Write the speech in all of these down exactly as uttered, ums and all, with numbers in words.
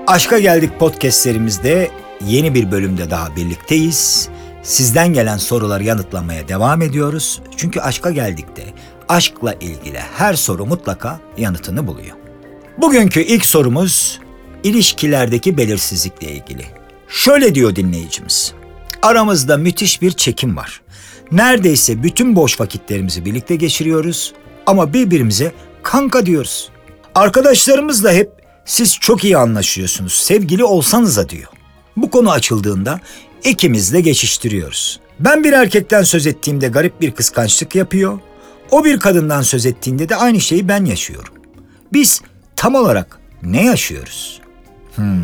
Aşka Geldik podcast serimizde yeni bir bölümde daha birlikteyiz. Sizden gelen soruları yanıtlamaya devam ediyoruz. Çünkü aşka geldikte aşkla ilgili her soru mutlaka yanıtını buluyor. Bugünkü ilk sorumuz ilişkilerdeki belirsizlikle ilgili. Şöyle diyor dinleyicimiz. Aramızda müthiş bir çekim var. Neredeyse bütün boş vakitlerimizi birlikte geçiriyoruz ama birbirimize kanka diyoruz. Arkadaşlarımız da hep siz çok iyi anlaşıyorsunuz, sevgili olsanıza diyor. Bu konu açıldığında ikimiz de geçiştiriyoruz. Ben bir erkekten söz ettiğimde garip bir kıskançlık yapıyor. O bir kadından söz ettiğinde de aynı şeyi ben yaşıyorum. Biz tam olarak ne yaşıyoruz? Hmm.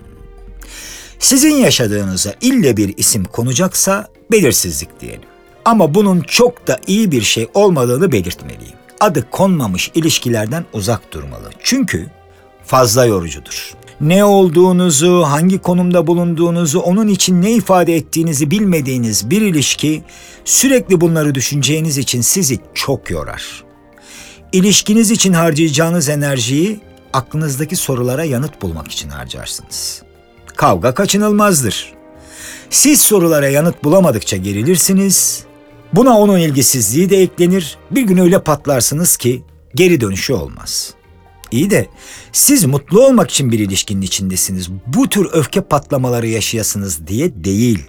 Sizin yaşadığınıza ille bir isim konacaksa belirsizlik diyelim. Ama bunun çok da iyi bir şey olmadığını belirtmeliyim. Adı konmamış ilişkilerden uzak durmalı. Çünkü fazla yorucudur. Ne olduğunuzu, hangi konumda bulunduğunuzu, onun için ne ifade ettiğinizi bilmediğiniz bir ilişki sürekli bunları düşüneceğiniz için sizi çok yorar. İlişkiniz için harcayacağınız enerjiyi aklınızdaki sorulara yanıt bulmak için harcarsınız. Kavga kaçınılmazdır. Siz sorulara yanıt bulamadıkça gerilirsiniz. Buna onun ilgisizliği de eklenir. Bir gün öyle patlarsınız ki geri dönüşü olmaz. İyi de siz mutlu olmak için bir ilişkinin içindesiniz. Bu tür öfke patlamaları yaşayasınız diye değil.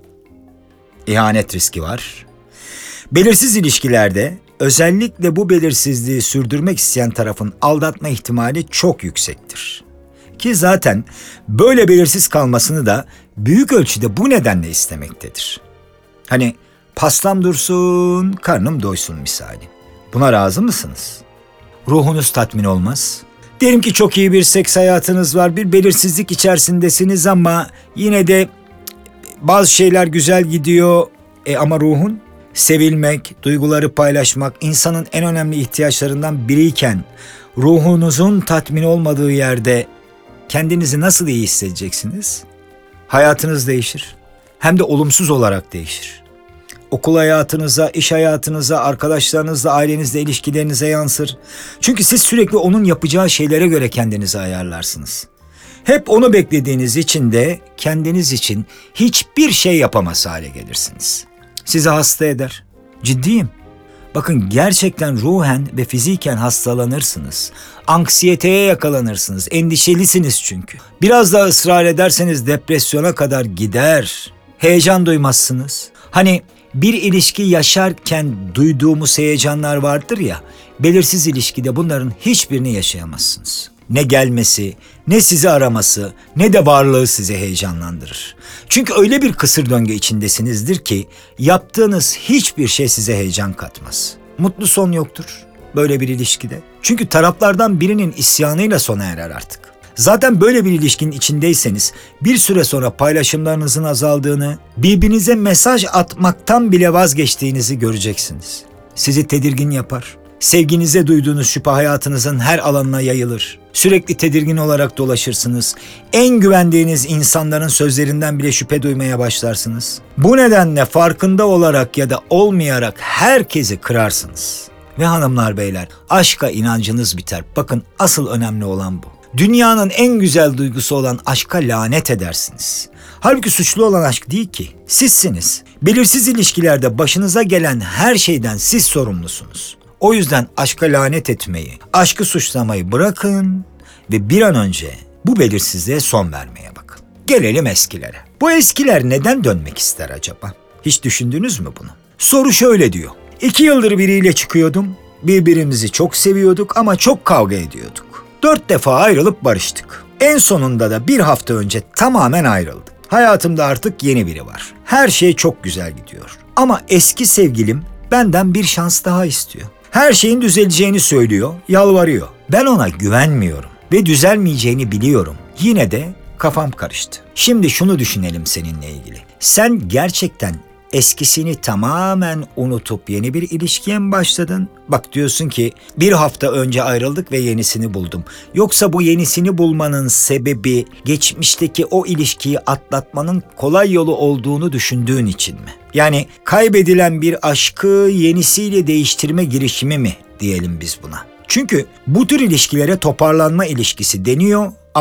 İhanet riski var. Belirsiz ilişkilerde özellikle bu belirsizliği sürdürmek isteyen tarafın aldatma ihtimali çok yüksektir. Ki zaten böyle belirsiz kalmasını da büyük ölçüde bu nedenle istemektedir. Hani pastam dursun, karnım doysun misali. Buna razı mısınız? Ruhunuz tatmin olmaz. Diyelim ki çok iyi bir seks hayatınız var, bir belirsizlik içerisindesiniz ama yine de bazı şeyler güzel gidiyor. E ama ruhun? Sevilmek, duyguları paylaşmak insanın en önemli ihtiyaçlarından biriyken ruhunuzun tatmin olmadığı yerde kendinizi nasıl iyi hissedeceksiniz? Hayatınız değişir. Hem de olumsuz olarak değişir. Okul hayatınıza, iş hayatınıza, arkadaşlarınızla, ailenizle ilişkilerinize yansır. Çünkü siz sürekli onun yapacağı şeylere göre kendinizi ayarlarsınız. Hep onu beklediğiniz için de kendiniz için hiçbir şey yapamaz hale gelirsiniz. Sizi hasta eder. Ciddiyim. Bakın gerçekten ruhen ve fiziken hastalanırsınız. Anksiyeteye yakalanırsınız. Endişelisiniz çünkü. Biraz daha ısrar ederseniz depresyona kadar gider. Heyecan duymazsınız. Hani bir ilişki yaşarken duyduğumuz heyecanlar vardır ya, belirsiz ilişkide bunların hiçbirini yaşayamazsınız. Ne gelmesi, ne sizi araması, ne de varlığı sizi heyecanlandırır. Çünkü öyle bir kısır döngü içindesinizdir ki yaptığınız hiçbir şey size heyecan katmaz. Mutlu son yoktur böyle bir ilişkide. Çünkü taraflardan birinin isyanıyla sona erer artık. Zaten böyle bir ilişkinin içindeyseniz bir süre sonra paylaşımlarınızın azaldığını, birbirinize mesaj atmaktan bile vazgeçtiğinizi göreceksiniz. Sizi tedirgin yapar. Sevginize duyduğunuz şüphe hayatınızın her alanına yayılır. Sürekli tedirgin olarak dolaşırsınız. En güvendiğiniz insanların sözlerinden bile şüphe duymaya başlarsınız. Bu nedenle farkında olarak ya da olmayarak herkesi kırarsınız. Ve hanımlar beyler, aşka inancınız biter. Bakın asıl önemli olan bu. Dünyanın en güzel duygusu olan aşka lanet edersiniz. Halbuki suçlu olan aşk değil ki. Sizsiniz. Belirsiz ilişkilerde başınıza gelen her şeyden siz sorumlusunuz. O yüzden aşka lanet etmeyi, aşkı suçlamayı bırakın ve bir an önce bu belirsizliğe son vermeye bakın. Gelelim eskilere. Bu eskiler neden dönmek ister acaba? Hiç düşündünüz mü bunu? Soru şöyle diyor. İki yıldır biriyle çıkıyordum. Birbirimizi çok seviyorduk ama çok kavga ediyorduk. Dört defa ayrılıp barıştık. En sonunda da bir hafta önce tamamen ayrıldık. Hayatımda artık yeni biri var. Her şey çok güzel gidiyor. Ama eski sevgilim benden bir şans daha istiyor. Her şeyin düzeleceğini söylüyor, yalvarıyor. Ben ona güvenmiyorum ve düzelmeyeceğini biliyorum. Yine de kafam karıştı. Şimdi şunu düşünelim seninle ilgili. Sen gerçekten eskisini tamamen unutup yeni bir ilişkiye mi başladın? Bak diyorsun ki bir hafta önce ayrıldık ve yenisini buldum. Yoksa bu yenisini bulmanın sebebi geçmişteki o ilişkiyi atlatmanın kolay yolu olduğunu düşündüğün için mi? Yani kaybedilen bir aşkı yenisiyle değiştirme girişimi mi diyelim biz buna? Çünkü bu tür ilişkilere toparlanma ilişkisi deniyor ama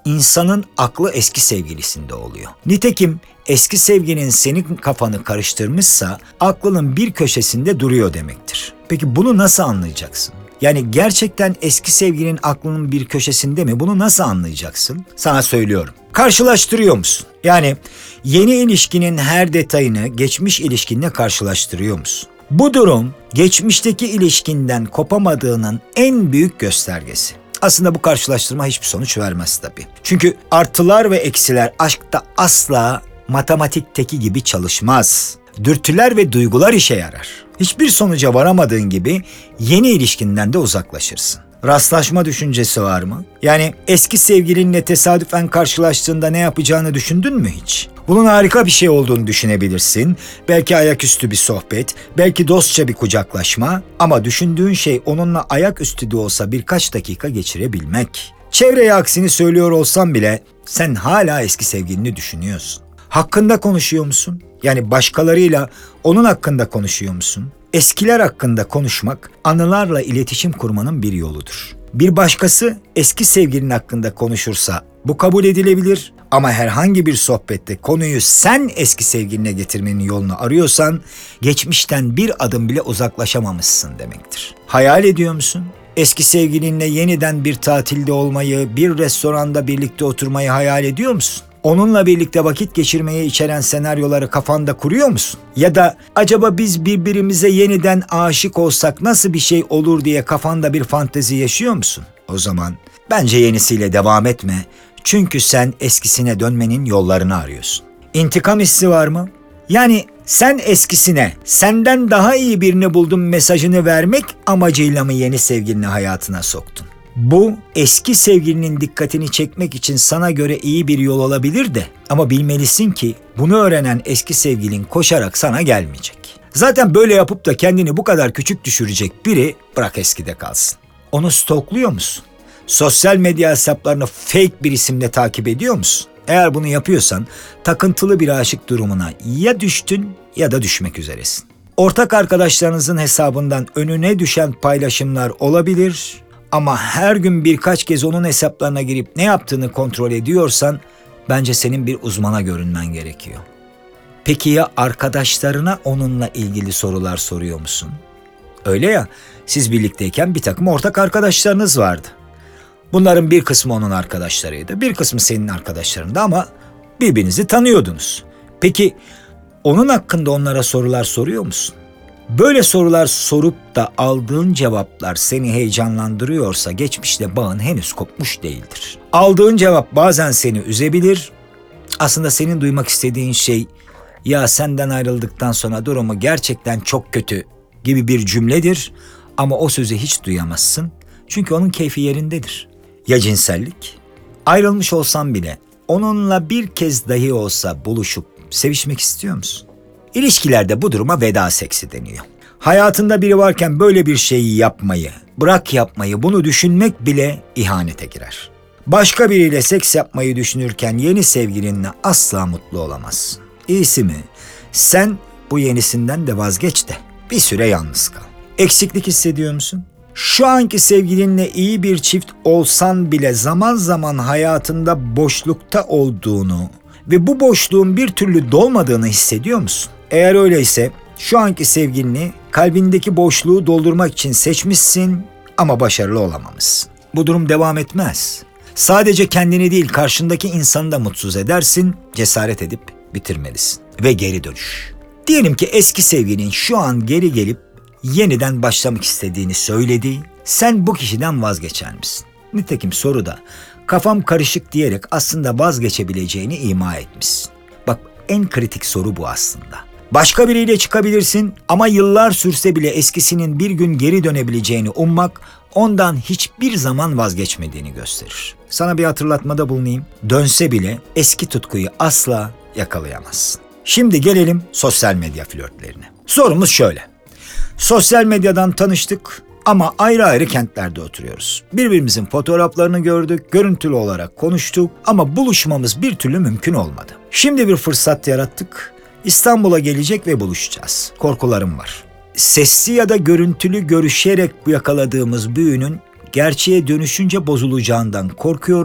insanın aklı eski sevgilisinde oluyor. Nitekim eski sevgilinin senin kafanı karıştırmışsa aklının bir köşesinde duruyor demektir. Peki bunu nasıl anlayacaksın? Yani gerçekten eski sevgilinin aklının bir köşesinde mi? Bunu nasıl anlayacaksın? Sana söylüyorum. Karşılaştırıyor musun? Yani yeni ilişkinin her detayını geçmiş ilişkinle karşılaştırıyor musun? Bu durum geçmişteki ilişkinden kopamadığının en büyük göstergesi. Aslında bu karşılaştırma hiçbir sonuç vermez tabii. Çünkü artılar ve eksiler aşkta asla matematikteki gibi çalışmaz. Dürtüler ve duygular işe yarar. Hiçbir sonuca varamadığın gibi yeni ilişkinden de uzaklaşırsın. Rastlaşma düşüncesi var mı? Yani eski sevgilinle tesadüfen karşılaştığında ne yapacağını düşündün mü hiç? Bunun harika bir şey olduğunu düşünebilirsin. Belki ayaküstü bir sohbet, belki dostça bir kucaklaşma ama düşündüğün şey onunla ayaküstü de olsa birkaç dakika geçirebilmek. Çevreye aksini söylüyor olsam bile sen hala eski sevgilini düşünüyorsun. Hakkında konuşuyor musun? Yani başkalarıyla onun hakkında konuşuyor musun? Eskiler hakkında konuşmak, anılarla iletişim kurmanın bir yoludur. Bir başkası eski sevgilin hakkında konuşursa bu kabul edilebilir ama herhangi bir sohbette konuyu sen eski sevgiline getirmenin yolunu arıyorsan geçmişten bir adım bile uzaklaşamamışsın demektir. Hayal ediyor musun? Eski sevgilinle yeniden bir tatilde olmayı, bir restoranda birlikte oturmayı hayal ediyor musun? Onunla birlikte vakit geçirmeye içeren senaryoları kafanda kuruyor musun? Ya da acaba biz birbirimize yeniden aşık olsak nasıl bir şey olur diye kafanda bir fantezi yaşıyor musun? O zaman bence yenisiyle devam etme. Çünkü sen eskisine dönmenin yollarını arıyorsun. İntikam hissi var mı? Yani sen eskisine, senden daha iyi birini buldum mesajını vermek amacıyla mı yeni sevgilini hayatına soktun? Bu eski sevgilinin dikkatini çekmek için sana göre iyi bir yol olabilir de ama bilmelisin ki bunu öğrenen eski sevgilin koşarak sana gelmeyecek. Zaten böyle yapıp da kendini bu kadar küçük düşürecek biri bırak eskide kalsın. Onu stalkluyor musun? Sosyal medya hesaplarını fake bir isimle takip ediyor musun? Eğer bunu yapıyorsan takıntılı bir aşık durumuna ya düştün ya da düşmek üzeresin. Ortak arkadaşlarınızın hesabından önüne düşen paylaşımlar olabilir ama her gün birkaç kez onun hesaplarına girip ne yaptığını kontrol ediyorsan bence senin bir uzmana görünmen gerekiyor. Peki ya arkadaşlarına onunla ilgili sorular soruyor musun? Öyle ya, siz birlikteyken bir takım ortak arkadaşlarınız vardı. Bunların bir kısmı onun arkadaşlarıydı, bir kısmı senin arkadaşlarındı ama birbirinizi tanıyordunuz. Peki onun hakkında onlara sorular soruyor musun? Böyle sorular sorup da aldığın cevaplar seni heyecanlandırıyorsa geçmişle bağın henüz kopmuş değildir. Aldığın cevap bazen seni üzebilir. Aslında senin duymak istediğin şey ya senden ayrıldıktan sonra durumu gerçekten çok kötü gibi bir cümledir ama o sözü hiç duyamazsın. Çünkü onun keyfi yerindedir. Ya cinsellik? Ayrılmış olsan bile onunla bir kez dahi olsa buluşup sevişmek istiyor musun? İlişkilerde bu duruma veda seksi deniyor. Hayatında biri varken böyle bir şeyi yapmayı, bırak yapmayı, bunu düşünmek bile ihanete girer. Başka biriyle seks yapmayı düşünürken yeni sevgilinle asla mutlu olamazsın. İyisi mi? Sen bu yenisinden de vazgeç de bir süre yalnız kal. Eksiklik hissediyor musun? Şu anki sevgilinle iyi bir çift olsan bile zaman zaman hayatında boşlukta olduğunu ve bu boşluğun bir türlü dolmadığını hissediyor musun? Eğer öyleyse şu anki sevgilini kalbindeki boşluğu doldurmak için seçmişsin ama başarılı olamamışsın. Bu durum devam etmez. Sadece kendini değil karşındaki insanı da mutsuz edersin, cesaret edip bitirmelisin. Ve geri dönüş. Diyelim ki eski sevgilin şu an geri gelip yeniden başlamak istediğini söyledi, sen bu kişiden vazgeçer misin? Nitekim soruda kafam karışık diyerek aslında vazgeçebileceğini ima etmişsin. Bak en kritik soru bu aslında. Başka biriyle çıkabilirsin ama yıllar sürse bile eskisinin bir gün geri dönebileceğini ummak ondan hiçbir zaman vazgeçmediğini gösterir. Sana bir hatırlatmada bulunayım. Dönse bile eski tutkuyu asla yakalayamazsın. Şimdi gelelim sosyal medya flörtlerine. Sorumuz şöyle. Sosyal medyadan tanıştık ama ayrı ayrı kentlerde oturuyoruz. Birbirimizin fotoğraflarını gördük, görüntülü olarak konuştuk ama buluşmamız bir türlü mümkün olmadı. Şimdi bir fırsat yarattık. İstanbul'a gelecek ve buluşacağız. Korkularım var. Sesli ya da görüntülü görüşerek yakaladığımız büyünün gerçeğe dönüşünce bozulacağından korkuyorum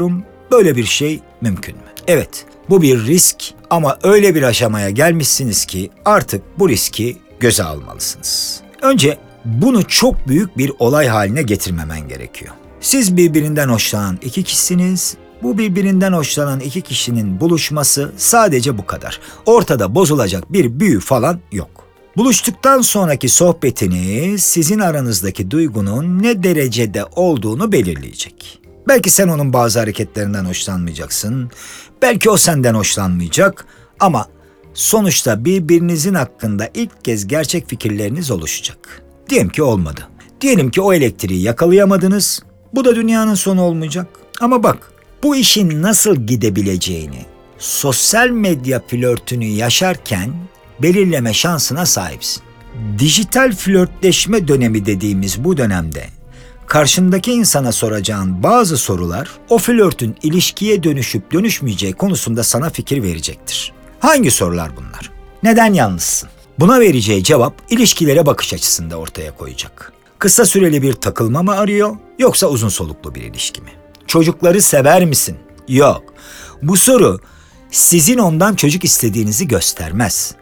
Böyle bir şey mümkün mü? Evet, bu bir risk ama öyle bir aşamaya gelmişsiniz ki artık bu riski göze almalısınız. Önce bunu çok büyük bir olay haline getirmemen gerekiyor. Siz birbirinden hoşlanan iki kişisiniz. Bu birbirinden hoşlanan iki kişinin buluşması sadece bu kadar. Ortada bozulacak bir büyü falan yok. Buluştuktan sonraki sohbetiniz sizin aranızdaki duygunun ne derecede olduğunu belirleyecek. Belki sen onun bazı hareketlerinden hoşlanmayacaksın. Belki o senden hoşlanmayacak ama sonuçta birbirinizin hakkında ilk kez gerçek fikirleriniz oluşacak. Diyelim ki olmadı. Diyelim ki o elektriği yakalayamadınız. Bu da dünyanın sonu olmayacak. Ama bak, bu işin nasıl gidebileceğini sosyal medya flörtünü yaşarken belirleme şansına sahipsin. Dijital flörtleşme dönemi dediğimiz bu dönemde karşındaki insana soracağın bazı sorular o flörtün ilişkiye dönüşüp dönüşmeyeceği konusunda sana fikir verecektir. Hangi sorular bunlar? Neden yalnızsın? Buna vereceği cevap ilişkilere bakış açısında ortaya koyacak. Kısa süreli bir takılma mı arıyor yoksa uzun soluklu bir ilişki mi? Çocukları sever misin? Yok. Bu soru sizin ondan çocuk istediğinizi göstermez.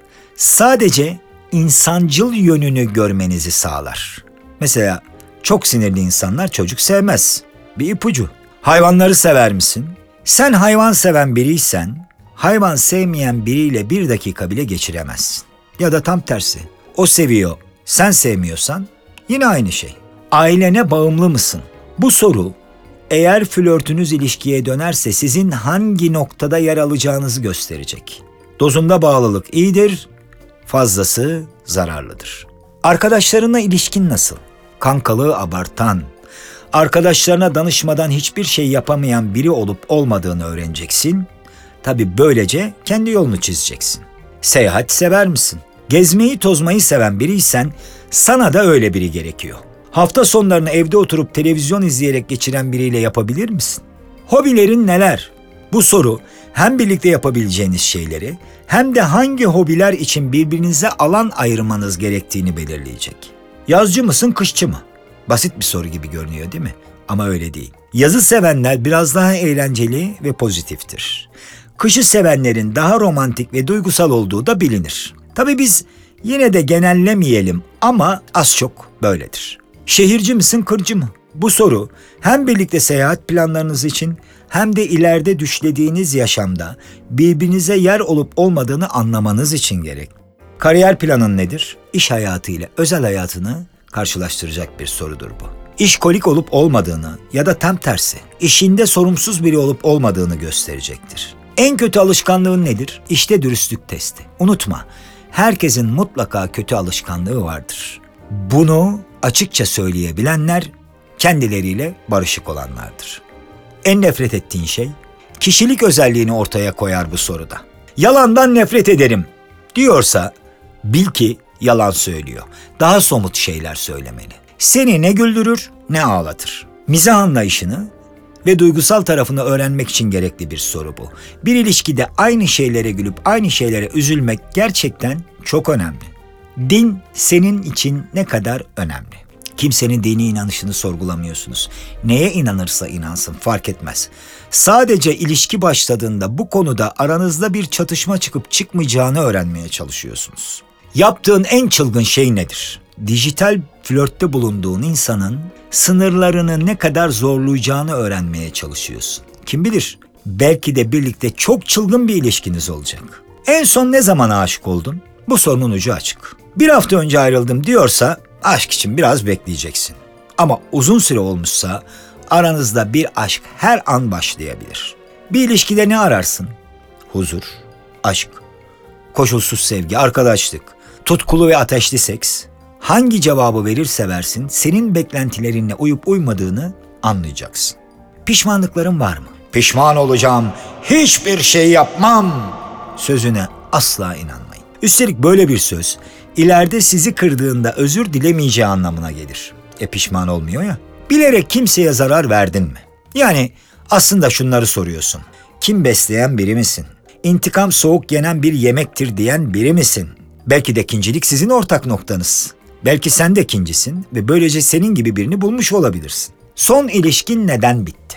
Sadece insancıl yönünü görmenizi sağlar. Mesela çok sinirli insanlar çocuk sevmez. Bir ipucu. Hayvanları sever misin? Sen hayvan seven biriysen, hayvan sevmeyen biriyle bir dakika bile geçiremezsin. Ya da tam tersi. O seviyor, sen sevmiyorsan yine aynı şey. Ailene bağımlı mısın? Bu soru eğer flörtünüz ilişkiye dönerse sizin hangi noktada yer alacağınızı gösterecek. Dozunda bağlılık iyidir, fazlası zararlıdır. Arkadaşlarına ilişkin nasıl? Kankalığı abartan, arkadaşlarına danışmadan hiçbir şey yapamayan biri olup olmadığını öğreneceksin. Tabii böylece kendi yolunu çizeceksin. Seyahat sever misin? Gezmeyi tozmayı seven biriysen sana da öyle biri gerekiyor. Hafta sonlarını evde oturup televizyon izleyerek geçiren biriyle yapabilir misin? Hobilerin neler? Bu soru hem birlikte yapabileceğiniz şeyleri hem de hangi hobiler için birbirinize alan ayırmanız gerektiğini belirleyecek. Yazcı mısın, kışçı mı? Basit bir soru gibi görünüyor değil mi? Ama öyle değil. Yazı sevenler biraz daha eğlenceli ve pozitiftir. Kışı sevenlerin daha romantik ve duygusal olduğu da bilinir. Tabii biz yine de genellemeyelim ama az çok böyledir. Şehirci misin, kırcı mı? Bu soru hem birlikte seyahat planlarınız için hem de ileride düşlediğiniz yaşamda birbirinize yer olup olmadığını anlamanız için gerek. Kariyer planın nedir? İş hayatıyla özel hayatını karşılaştıracak bir sorudur bu. İşkolik olup olmadığını ya da tam tersi, işinde sorumsuz biri olup olmadığını gösterecektir. En kötü alışkanlığın nedir? İşte dürüstlük testi. Unutma, herkesin mutlaka kötü alışkanlığı vardır. Bunu açıkça söyleyebilenler kendileriyle barışık olanlardır. En nefret ettiğin şey, kişilik özelliğini ortaya koyar bu soruda. Yalandan nefret ederim diyorsa bil ki yalan söylüyor. Daha somut şeyler söylemeli. Seni ne güldürür ne ağlatır. Mizah anlayışını ve duygusal tarafını öğrenmek için gerekli bir soru bu. Bir ilişkide aynı şeylere gülüp aynı şeylere üzülmek gerçekten çok önemli. Din senin için ne kadar önemli? Kimsenin dini inanışını sorgulamıyorsunuz. Neye inanırsa inansın fark etmez. Sadece ilişki başladığında bu konuda aranızda bir çatışma çıkıp çıkmayacağını öğrenmeye çalışıyorsunuz. Yaptığın en çılgın şey nedir? Dijital flörtte bulunduğun insanın sınırlarını ne kadar zorlayacağını öğrenmeye çalışıyorsun. Kim bilir, belki de birlikte çok çılgın bir ilişkiniz olacak. En son ne zaman aşık oldun? Bu sorunun ucu açık. Bir hafta önce ayrıldım diyorsa aşk için biraz bekleyeceksin. Ama uzun süre olmuşsa aranızda bir aşk her an başlayabilir. Bir ilişkide ne ararsın? Huzur, aşk, koşulsuz sevgi, arkadaşlık, tutkulu ve ateşli seks. Hangi cevabı verirse versin senin beklentilerinle uyup uymadığını anlayacaksın. Pişmanlıkların var mı? Pişman olacağım, hiçbir şey yapmam sözüne asla inanmayın. Üstelik böyle bir söz ileride sizi kırdığında özür dilemeyeceği anlamına gelir. E pişman olmuyor ya. Bilerek kimseye zarar verdin mi? Yani aslında şunları soruyorsun. Kim besleyen biri misin? İntikam soğuk yenen bir yemektir diyen biri misin? Belki de ikincilik sizin ortak noktanız. Belki sen de ikincisin ve böylece senin gibi birini bulmuş olabilirsin. Son ilişkin neden bitti?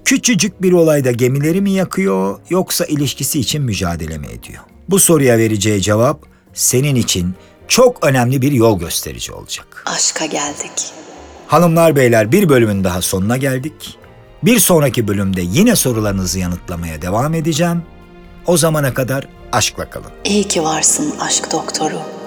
Küçücük bir olayda gemileri mi yakıyor yoksa ilişkisi için mücadele mi ediyor? Bu soruya vereceği cevap senin için çok önemli bir yol gösterici olacak. Aşka geldik. Hanımlar beyler, bir bölümün daha sonuna geldik. Bir sonraki bölümde yine sorularınızı yanıtlamaya devam edeceğim. O zamana kadar aşkla kalın. İyi ki varsın aşk doktoru.